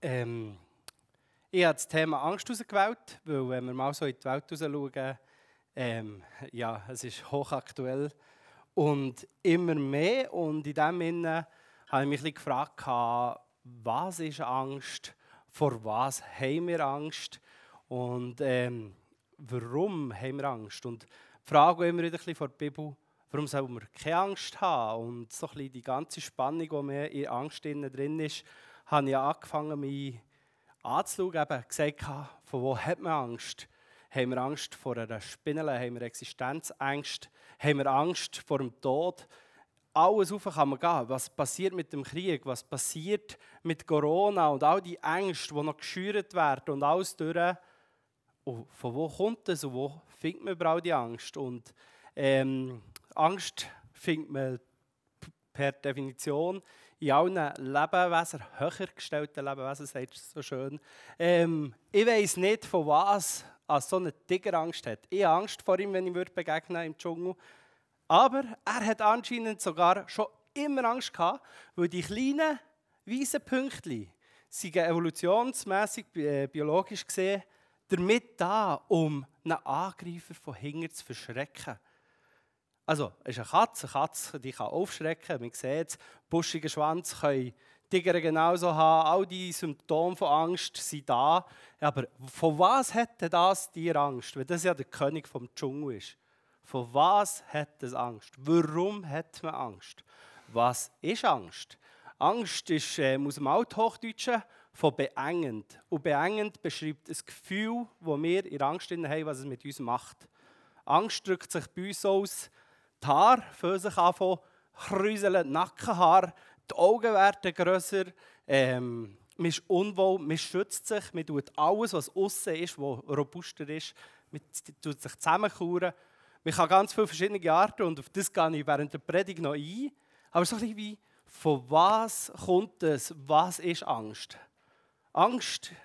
Ähm, Ich habe das Thema Angst ausgewählt, weil wenn wir mal so in die Welt schauen, ja, es ist hochaktuell und immer mehr. Und in dem Sinne habe ich mich ein bisschen gefragt, was ist Angst, vor was haben wir Angst und warum haben wir Angst? Und die Frage immer wieder ein bisschen vor der Bibel, warum sollen wir keine Angst haben? Und so ein bisschen die ganze Spannung, die mir in Angst drin ist, habe ich angefangen, mich anzuschauen, eben gesagt, von wo hat man Angst? Haben wir Angst vor einer Spinne? Haben wir Existenzängste? Haben wir Angst vor dem Tod? Alles rauf kann man gehen. Was passiert mit dem Krieg? Was passiert mit Corona und all die Ängste, die noch geschürt werden und alles durch? Und von wo kommt das und wo findet man überall die Angst? Und Angst findet man per Definition in allen Lebewesen, höher gestellten Lebewesen, sagt es so schön. Ich weiss nicht, von was so eine Tiger Angst hat. Ich habe Angst vor ihm, wenn ich begegnen im Dschungel. Aber er hat anscheinend sogar schon immer Angst gehabt, weil die kleinen, weißen Pünktchen sind evolutionsmässig, biologisch gesehen, damit da, um einen Angreifer von hinten zu verschrecken. Also, es ist eine Katze, die kann aufschrecken, man sieht es, buschiger Schwanz können Tiger genauso haben, all die Symptome von Angst sind da. Aber von was hat denn das Tier Angst? Weil das ja der König vom Dschungel ist. Von was hat es Angst? Warum hat man Angst? Was ist Angst? Angst ist aus dem Althochdeutschen von beengend. Und beengend beschreibt ein Gefühl, das wir in Angst haben, was es mit uns macht. Angst drückt sich bei uns aus. Die Haare fangen sich an zu kräuseln, die Nackenhaare, die Augen werden grösser, man ist unwohl, man schützt sich, man tut alles, was außen ist, was robuster ist, man tut sich zusammenkauern. Man kann ganz viele verschiedene Arten und auf das gehe ich während der Predigt noch ein. Aber so ein bisschen wie, von was kommt es, was ist Angst? Angst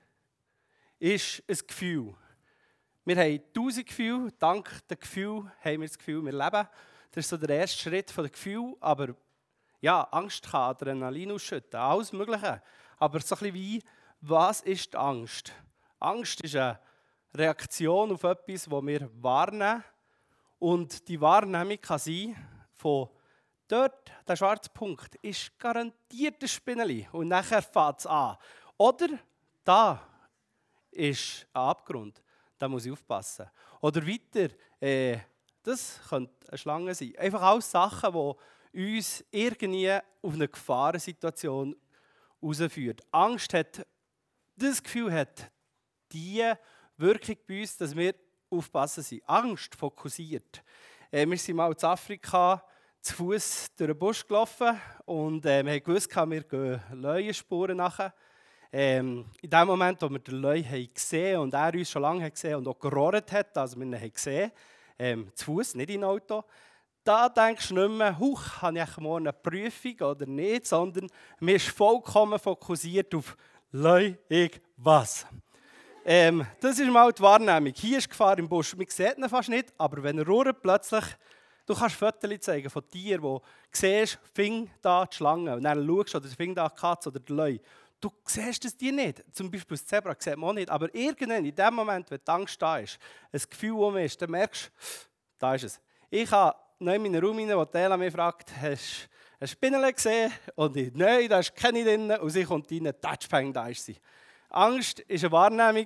ist ein Gefühl. Wir haben 1000 Gefühle, dank dem Gefühl haben wir das Gefühl, wir leben. Das ist so der erste Schritt von dem Gefühl, aber ja, Angst kann Adrenalin ausschütten, alles Mögliche. Aber so ein bisschen wie, was ist die Angst? Angst ist eine Reaktion auf etwas, das wir wahrnehmen. Und die Wahrnehmung kann sein, von dort, der schwarze Punkt, ist garantiert ein Spinneli und nachher fängt es an. Oder da ist ein Abgrund. Da muss ich aufpassen. Oder weiter, das könnte eine Schlange sein. Einfach alles Sachen, die uns irgendwie auf eine Gefahrensituation herausführen. Angst hat, das Gefühl hat die Wirkung bei uns, dass wir aufpassen sind. Angst fokussiert. Wir sind mal in Afrika zu Fuß durch den Busch gelaufen und wir haben gewusst, wir gehen Löwenspuren nachher. In dem Moment, wo wir den Löwen gesehen haben und er uns schon lange gesehen und auch gerohrt hat, also wir ihn haben gesehen, zu Fuß, nicht in Auto, da denkst du nicht mehr, habe ich morgen eine Prüfung oder nicht, sondern man ist vollkommen fokussiert auf Löwe, was. Das ist mal die Wahrnehmung. Hier ist Gefahr im Busch. Man sieht ihn fast nicht, aber wenn er rohrt, plötzlich, du kannst Fotos zeigen von Tieren, wo du siehst, fing da die Schlange, und dann schaust du, oder fing da die Katze oder die Löwe. Du siehst das Tier nicht. Zum Beispiel das Zebra sieht man auch nicht. Aber irgendwann, in dem Moment, wenn die Angst da ist, ein Gefühl um ist, dann merkst du, da ist es. Ich habe noch in meinem Raum rein, wo Ella mich fragt, hast du eine Spinne gesehen? Und ich, nein, da ist keine drin. Und sie kommt rein, Touchpeng, da ist sie. Angst ist eine Wahrnehmung.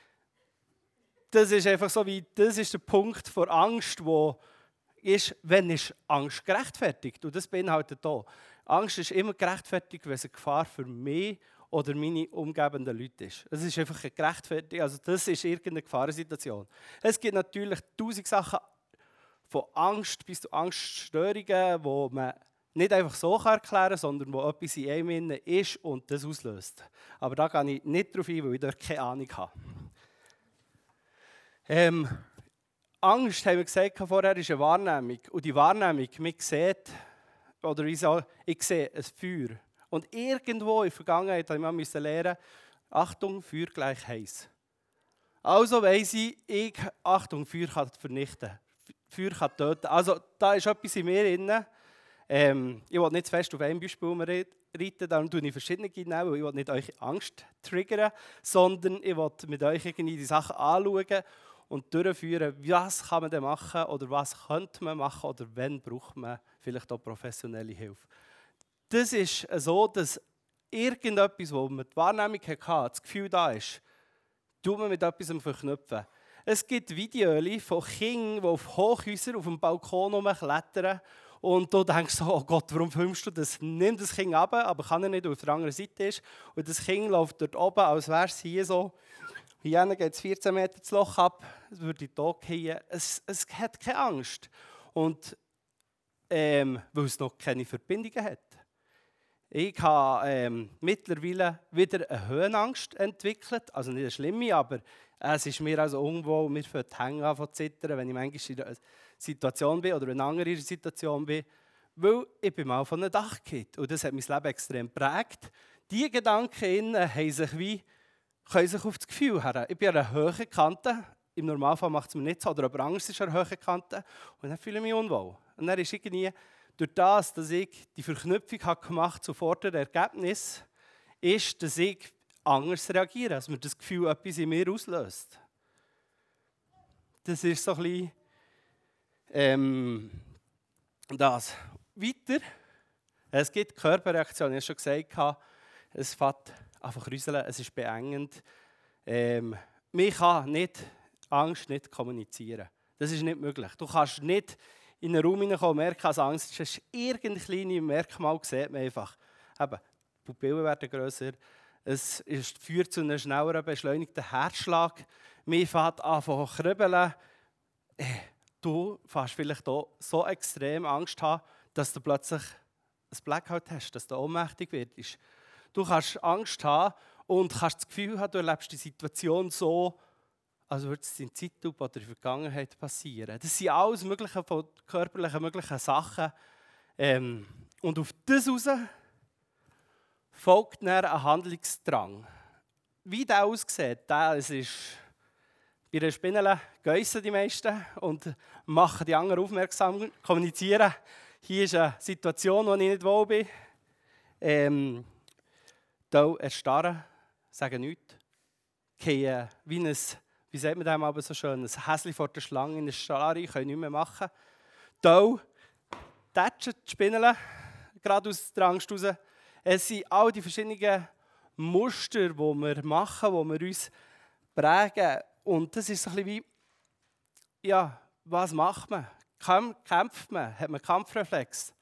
Das ist einfach so wie, das ist der Punkt vor Angst, wo ist, wenn ist Angst gerechtfertigt. Und das beinhaltet hier. Angst ist immer gerechtfertigt, wenn es eine Gefahr für mich oder meine umgebenden Leute ist. Es ist einfach eine Gerechtfertigung, also das ist irgendeine Gefahrensituation. Es gibt natürlich 1000 Sachen, von Angst bis zu Angststörungen, die man nicht einfach so erklären kann, sondern wo etwas in einem ist und das auslöst. Aber da gehe ich nicht darauf ein, weil ich dort keine Ahnung habe. Angst, haben wir gesagt vorher, ist eine Wahrnehmung. Und die Wahrnehmung, man sieht, oder ich sehe ein Feuer. Und irgendwo in der Vergangenheit musste ich mal lernen, Achtung, Feuer gleich heiß. Also weiss ich, Achtung, Feuer kann vernichten. Feuer kann töten. Also da ist etwas in mir drin. Ich will nicht zu fest auf ein Beispiel reiten, darum tue ich verschiedene nehmen, weil ich will nicht euch Angst triggern, sondern ich will mit euch irgendwie die Sachen anschauen und durchführen, was kann man denn machen oder was könnte man machen oder wann braucht man vielleicht auch professionelle Hilfe. Das ist so, dass irgendetwas, wo man die Wahrnehmung hatte, das Gefühl da ist, tut man mit etwas verknüpfen. Es gibt Videos von Kindern, die auf Hochhäusern auf dem Balkon rumklettern und du denkst so, oh Gott, warum filmst du das? Nimm das Kind runter, aber kann er nicht, weil auf der anderen Seite ist. Und das Kind läuft dort oben, als wäre es hier so. Hier geht es 14 Meter das Loch ab, es würde tot gehen. Es hat keine Angst. Und weil es noch keine Verbindungen hat. Ich habe mittlerweile wieder eine Höhenangst entwickelt. Also nicht eine schlimme, aber es ist mir also unwohl, mir fängt die Hänge an zu zittern, wenn ich manchmal in einer Situation bin oder in einer anderen Situation bin. Weil ich bin mal von einem Dach gefallen und das hat mein Leben extrem geprägt. Diese Gedanken haben sich können sich auf das Gefühl her. Ich bin an einer hohen Kante. Im Normalfall macht es mir nicht so. Oder jemand anderes ist an einer hohen Kante. Und dann fühle ich mich unwohl. Und dann ist irgendwie durch das, dass ich die Verknüpfung gemacht habe zu vorderen Ergebnis, ist, dass ich anders reagiere, dass mir das Gefühl etwas in mir auslöst. Das ist so ein bisschen das. Weiter, es gibt Körperreaktionen, ich habe schon gesagt, es fängt einfach rüsseln, es ist beengend. Man kann Angst nicht kommunizieren. Das ist nicht möglich. Du kannst nicht in einen Raum hineinkommen und merken, dass Angst ist. Irgendein kleines Merkmal sieht man einfach. Eben, die Pupillen werden grösser. Es führt zu einem schnelleren, beschleunigten Herzschlag. Man fängt an zu kribbeln. Du fängst vielleicht auch so extrem Angst haben, dass du plötzlich ein Blackout hast, dass du ohnmächtig wirst. Du kannst Angst haben und kannst das Gefühl haben, du erlebst die Situation so, als würde es in Zeitlupe oder in der Vergangenheit passieren. Das sind alles mögliche von körperlichen möglichen Sachen. Und auf das heraus folgt dann ein Handlungsdrang. Wie der aussieht, es ist bei einer Spinne geissen die meisten und machen die anderen aufmerksam, kommunizieren. Hier ist eine Situation, wo ich nicht wohl bin. Da erstarren, sagen nichts. Gehen wie ein, wie sagt man dem aber so schön, ein Häschen vor der Schlange in eine Starre, können nichts mehr machen. Da tätschen die Spinnen gerade aus der Angst raus. Es sind all die verschiedenen Muster, die wir machen, die wir uns prägen. Und das ist so ein bisschen wie, ja, was macht man? Kämpft man? Hat man Kampfreflex?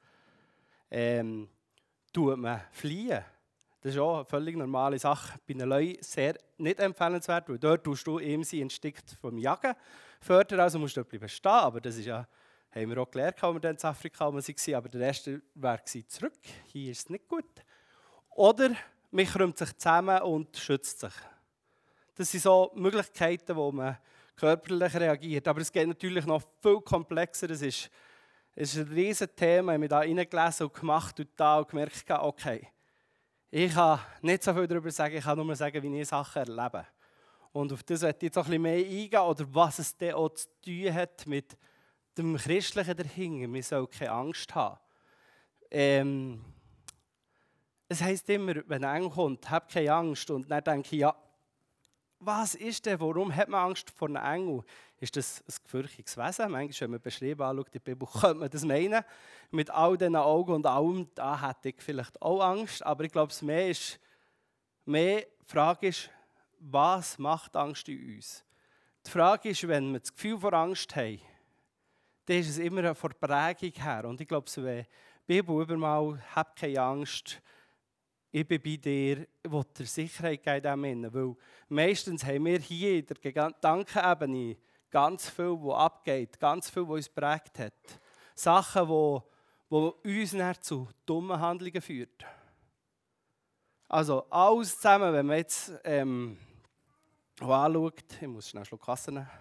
Tut man fliehen? Das ist auch eine völlig normale Sache. Bei einem Löwe sehr nicht empfehlenswert, weil dort tust du ihm seinen Instinkt vom Jagen fördern, also musst du dort bleiben stehen. Aber das ist ja, haben wir auch gelernt, als wir dann in Afrika waren, aber der erste war zurück. Hier ist es nicht gut. Oder man krümmt sich zusammen und schützt sich. Das sind so Möglichkeiten, wo man körperlich reagiert. Aber es geht natürlich noch viel komplexer. Es ist ein riesiges Thema. Ich habe mich da reingelesen und gemacht und da und gemerkt, okay, ich kann nicht so viel darüber sagen, ich kann nur sagen, wie ich Sachen erlebe. Und auf das möchte ich jetzt auch ein bisschen mehr eingehen, oder was es dann auch zu tun hat mit dem Christlichen dahinter. Wir sollen keine Angst haben. Es heisst immer, wenn ein Engel kommt, hab keine Angst. Und dann denke ich, ja, was ist denn, warum hat man Angst vor einem Engel? Ist das ein gefürchtiges Wesen? Manchmal, wenn man beschrieben anschaut, in der Bibel, könnte man das meinen. Mit all diesen Augen und allem, da hätte ich vielleicht auch Angst. Aber ich glaube, die Frage ist, was macht Angst in uns? Die Frage ist, wenn wir das Gefühl vor Angst haben, dann ist es immer von der Prägung her. Und ich glaube, wenn die Bibel übermal, hab keine Angst, ich bin bei dir, ich will dir Sicherheit geben. Weil meistens haben wir hier in der Gedankenebene ganz viel, was abgeht, ganz viel, was uns geprägt hat. Sachen, die uns nicht zu dummen Handlungen führen. Also alles zusammen, wenn man jetzt anschaut, ich muss schnell einen Schluck Wasser nehmen.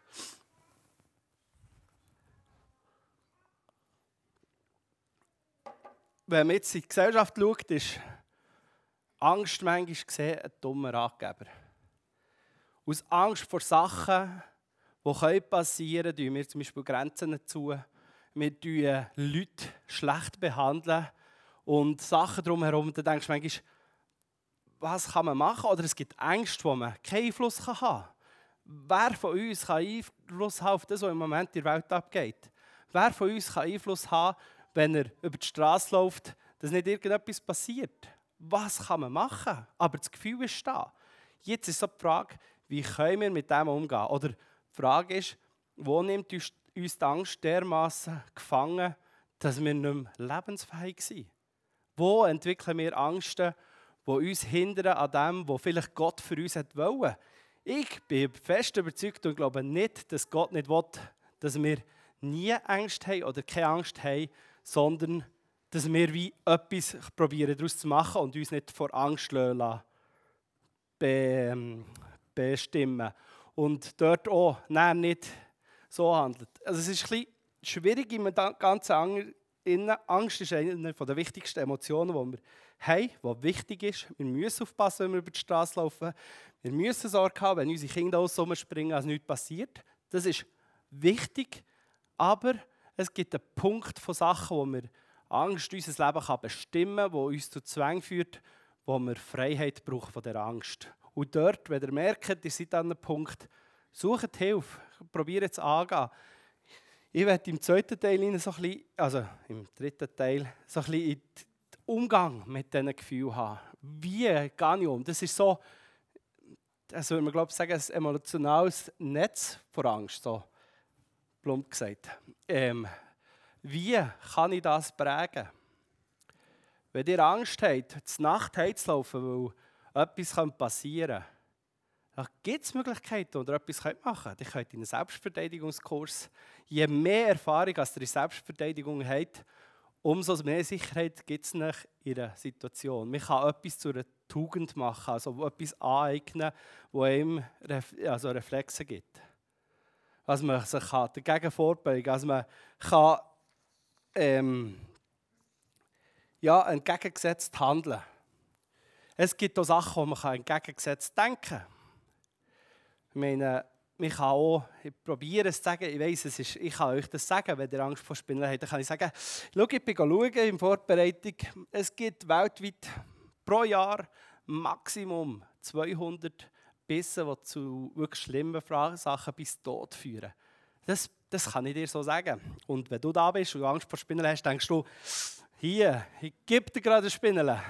Wenn man jetzt in die Gesellschaft schaut, ist Angst manchmal gesehen ein dummer Ratgeber. Aus Angst vor Sachen, die passieren können, tun wir zum Beispiel Grenzen zu. wir behandeln Leute schlecht behandeln und Sachen drumherum. Dann denkst du manchmal, was kann man machen? Oder es gibt Ängste, wo man keinen Einfluss haben kann. Wer von uns kann Einfluss haben auf das, was im Moment in der Welt abgeht? Wer von uns kann Einfluss haben, wenn er über die Straße läuft, dass nicht irgendetwas passiert? Was kann man machen? Aber das Gefühl ist da. Jetzt ist so die Frage, wie können wir mit dem umgehen? Oder die Frage ist, wo nimmt uns die Angst dermaßen gefangen, dass wir nicht mehr lebensfähig sind? Wo entwickeln wir Ängste, die uns hindern an dem, was vielleicht Gott für uns wollte? Ich bin fest überzeugt und glaube nicht, dass Gott nicht will, dass wir nie Angst haben oder keine Angst haben, sondern dass wir wie etwas probieren daraus zu machen und uns nicht vor Angst bestimmen. Und dort auch nicht so handelt. Also es ist ein bisschen schwierig im ganzen Angst ist eine der wichtigsten Emotionen, die wir haben, die wichtig ist. Wir müssen aufpassen, wenn wir über die Straße laufen. Wir müssen Sorge haben, wenn unsere Kinder aus springen, dass nichts passiert. Das ist wichtig, aber es gibt einen Punkt von Sachen, wo wir Angst unser Leben bestimmen kann, wo uns zu Zwang führt, wo wir Freiheit brauchen von dieser Angst. Und dort, wenn ihr merkt, ihr seid an einem Punkt, sucht Hilfe, probiert es angehen. Ich werde im zweiten Teil, so ein bisschen, also im dritten Teil, so ein bisschen in den Umgang mit diesen Gefühlen haben. Wie gehe ich um? Das ist so, also würde man glaube ich sagen, ein emotionales Netz vor Angst, so plump gesagt. Wie kann ich das prägen? Wenn ihr Angst habt, zur Nacht heimzulaufen, weil etwas passieren kann, dann gibt es Möglichkeiten, oder etwas machen könnt. Ihr könnt in einen Selbstverteidigungskurs. Je mehr Erfahrung als ihr in Selbstverteidigung habt, umso mehr Sicherheit gibt es in einer Situation. Man kann etwas zu einer Tugend machen, also etwas aneignen, das einem Reflexe gibt. Also man sich dagegen vorbeugen kann, also man kann entgegengesetzt handeln. Es gibt auch Sachen, die man entgegengesetzt denken kann. Ich meine, ich kann auch, ich probiere es zu sagen, ich weiss, ich kann euch das sagen, wenn ihr Angst vor Spinnen habt, dann kann ich sagen, schau, ich bin schauen in Vorbereitung, es gibt weltweit pro Jahr Maximum 200 Bisse, die zu wirklich schlimmen Sachen bis Tod führen. Das kann ich dir so sagen. Und wenn du da bist und Angst vor Spinnen hast, denkst du, hier, ich gebe dir gerade eine Spinne.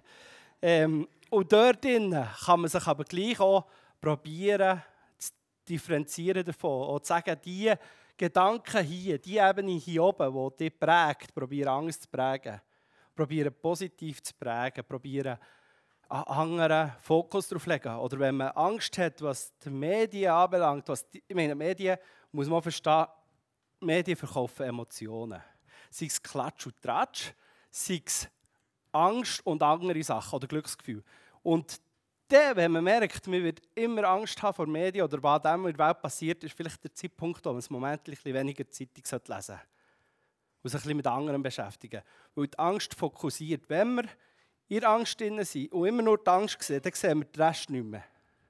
Und dort drin kann man sich aber gleich auch probieren, differenzieren davon und sagen, die Gedanken hier, die Ebene hier oben, die dich prägt, probieren Angst zu prägen, probieren positiv zu prägen, probieren einen anderen Fokus darauf zu legen. Oder wenn man Angst hat, was die Medien anbelangt, ich meine, Medien, muss man verstehen, Medien verkaufen Emotionen. Sei es Klatsch und Tratsch, sei es Angst und andere Sachen oder Glücksgefühl. Und dann, wenn man merkt, man wird immer Angst haben vor Medien oder was dem in der Welt passiert, ist vielleicht der Zeitpunkt, wo man ein Moment ein bisschen weniger Zeitung lesen sollte. Und sich ein bisschen mit anderen beschäftigen. Weil die Angst fokussiert. Wenn wir in der Angst drin sind und immer nur die Angst sehen, dann sehen wir den Rest nicht mehr.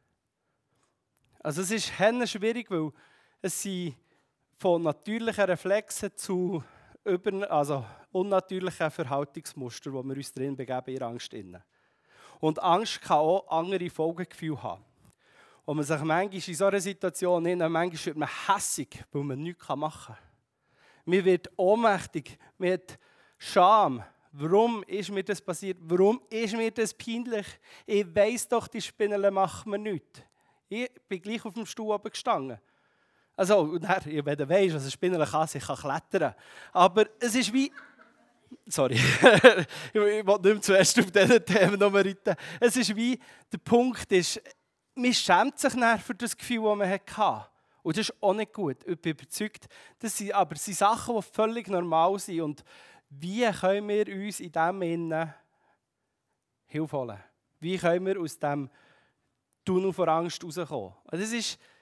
Also es ist schwierig, weil es sind von natürlichen Reflexen zu unnatürlichen Verhaltensmustern, wo wir uns drin begeben in der Angst drin. Und Angst kann auch andere Folgegefühle haben. Und man sich manchmal in so einer Situation manchmal wird man hässig, weil man nichts machen kann. Man wird ohnmächtig, man hat Scham. Warum ist mir das passiert? Warum ist mir das peinlich? Ich weiss doch, die Spinnen machen mir nichts. Ich bin gleich auf dem Stuhl oben gestanden. Also, und dann, wenn du weisst, was eine Spinne kann, sie kann klettern. Aber es ist wie... Sorry, ich will nicht mehr zuerst auf diesen Themen noch reiten. Es ist wie, der Punkt ist, man schämt sich für das Gefühl, das man hatte. Und das ist auch nicht gut. Ich bin überzeugt, das sind Sachen, die völlig normal sind. Und wie können wir uns in dem Innen Hilfe holen? Wie können wir aus dem Tunnel vor Angst rauskommen? Also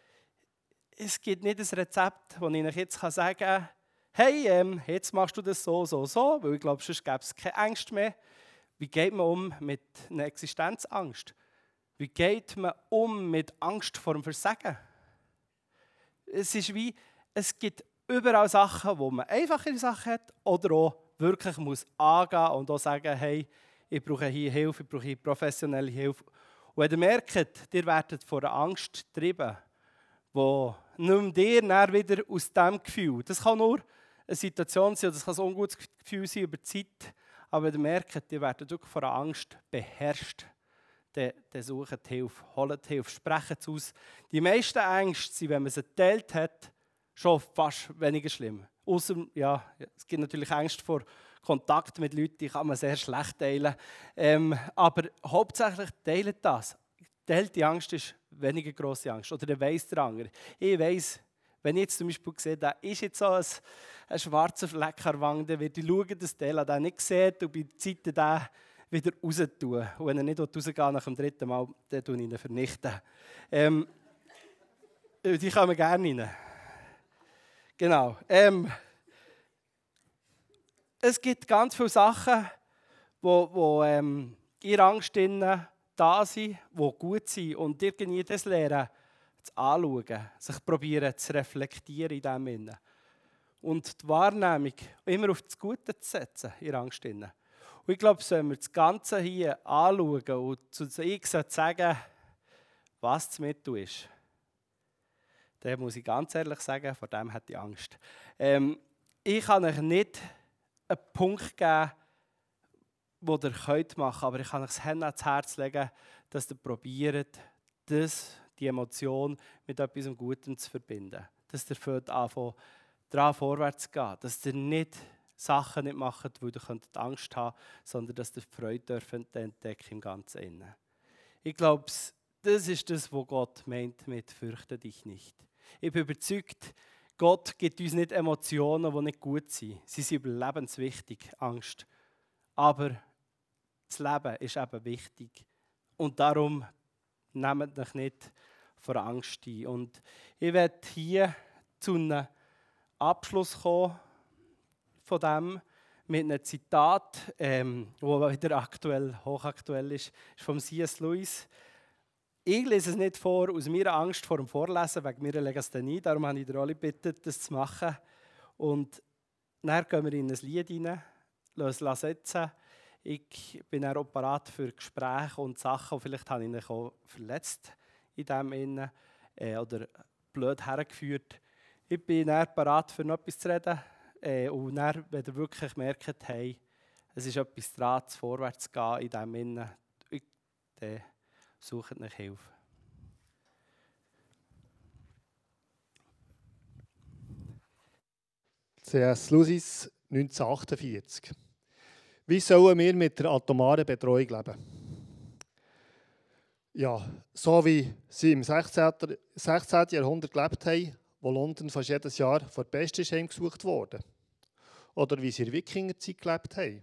es gibt nicht ein Rezept, das ich euch jetzt sagen kann, hey, jetzt machst du das so, weil ich glaube, sonst gäbe es keine Angst mehr. Wie geht man um mit einer Existenzangst? Wie geht man um mit Angst vor dem Versagen? Es ist wie, es gibt überall Sachen, wo man einfache Sachen hat oder auch wirklich muss angehen und auch sagen, hey, ich brauche hier Hilfe, ich brauche hier professionelle Hilfe. Und wenn ihr merkt, ihr werdet von einer Angst getrieben, wo nicht mehr dir wieder aus diesem Gefühl, das kann nur eine Situation sein, oder das kann ein ungutes Gefühl sein über die Zeit, aber wenn ihr merkt, ihr werdet wirklich von einer Angst beherrscht, dann sucht die Hilfe, holt die Hilfe, sprecht es aus. Die meisten Ängste sind, wenn man sie geteilt hat, schon fast weniger schlimm. Ausser, ja, es gibt natürlich Angst vor Kontakt mit Leuten, die kann man sehr schlecht teilen. Aber hauptsächlich teilt das. Teilt die Angst ist weniger grosse Angst. Oder der weiss der andere. Ich weiss, wenn ich jetzt zum Beispiel sehe, da ist jetzt so ein schwarzer Fleck an der Wange, dann werde ich schauen, dass der den nicht sieht und bei der Zeit den wieder raus tun. Und wenn er nicht rausgeht nach dem dritten Mal, dann tue ich ihn vernichten. Die kommen gerne rein. Genau. Es gibt ganz viele Sachen, die in ihrer Angst da sind, die gut sind. Und irgendwie das lernen, zu anschauen, sich probieren zu reflektieren in dem Innen. Und die Wahrnehmung immer auf das Gute zu setzen, in ihrer Angst. Und ich glaube, wenn wir das Ganze hier anschauen und zu sich sagen, was das Mittel ist, dann muss ich ganz ehrlich sagen, vor dem hätte ich Angst. Ich kann euch nicht einen Punkt geben, den ihr machen könnt, aber ich kann euch das Hände ans Herz legen, dass ihr probiert, die Emotion mit etwas Gutem zu verbinden. Dass ihr anfangt, daran vorwärts zu gehen. Dass ihr nicht Sachen nicht macht, weil ihr Angst haben könnt, sondern dass ihr Freude entdecken im ganzen Innen. Ich glaube, das ist das, was Gott meint mit «Fürchte dich nicht». Ich bin überzeugt, Gott gibt uns nicht Emotionen, die nicht gut sind. Sie sind überlebenswichtig, Angst. Aber das Leben ist eben wichtig. Und darum nehmt euch nicht vor Angst ein. Und ich werde hier zu einem Abschluss kommen von dem mit einem Zitat, das wieder hochaktuell ist vom C.S. Lewis. Ich lese es nicht vor, aus meiner Angst vor dem Vorlesen, wegen meiner Legasthenie. Darum habe ich den Oli gebeten, das zu machen. Und dann gehen wir in ein Lied rein, lassen es setzen. Ich bin auch parat für Gespräche und Sachen, und vielleicht habe ich ihn auch verletzt in dem Innen oder blöd hergeführt. Ich bin dann parat, für noch etwas zu reden. Und dann, wenn ihr wirklich merkt, hey, es ist etwas dran, vorwärts zu gehen in dem Innen, dann sucht nach Hilfe. C.S. Lewis, 1948. Wie sollen wir mit der atomaren Betreuung leben? Ja, so wie sie im 16. Jahrhundert gelebt haben, wo London fast jedes Jahr vor der Pest ist heimgesucht wurde. Oder wie sie in der Wikingerzeit gelebt haben,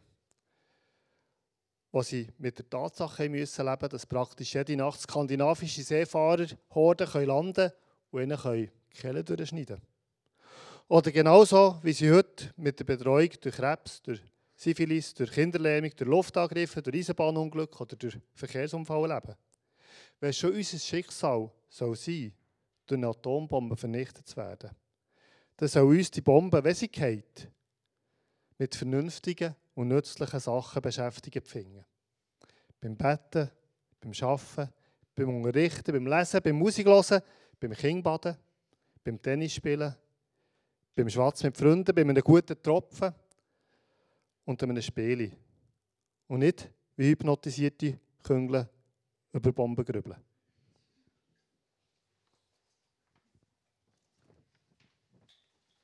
wo sie mit der Tatsache leben mussten, dass praktisch jede Nacht skandinavische Seefahrerhorden landen können und ihnen die Kehle durchschneiden können. Oder genauso, wie sie heute mit der Betreuung durch Krebs, durch Syphilis, durch Kinderlähmung, durch Luftangriffe, durch Eisenbahnunglück oder durch Verkehrsunfall leben. Wenn schon unser Schicksal soll sein, durch eine Atombombe vernichtet zu werden, dann soll uns die Bombe, wenn sie geht, mit vernünftigen und nützlichen Sachen beschäftigen finden. Beim Betten, beim Arbeiten, beim Unterrichten, beim Lesen, beim Musikhören, beim Kindbaden, beim Tennisspielen, beim Schwatzen mit Freunden, bei einem guten Tropfen und einem Spiel. Und nicht wie hypnotisierte Küngel über Bomben grübeln.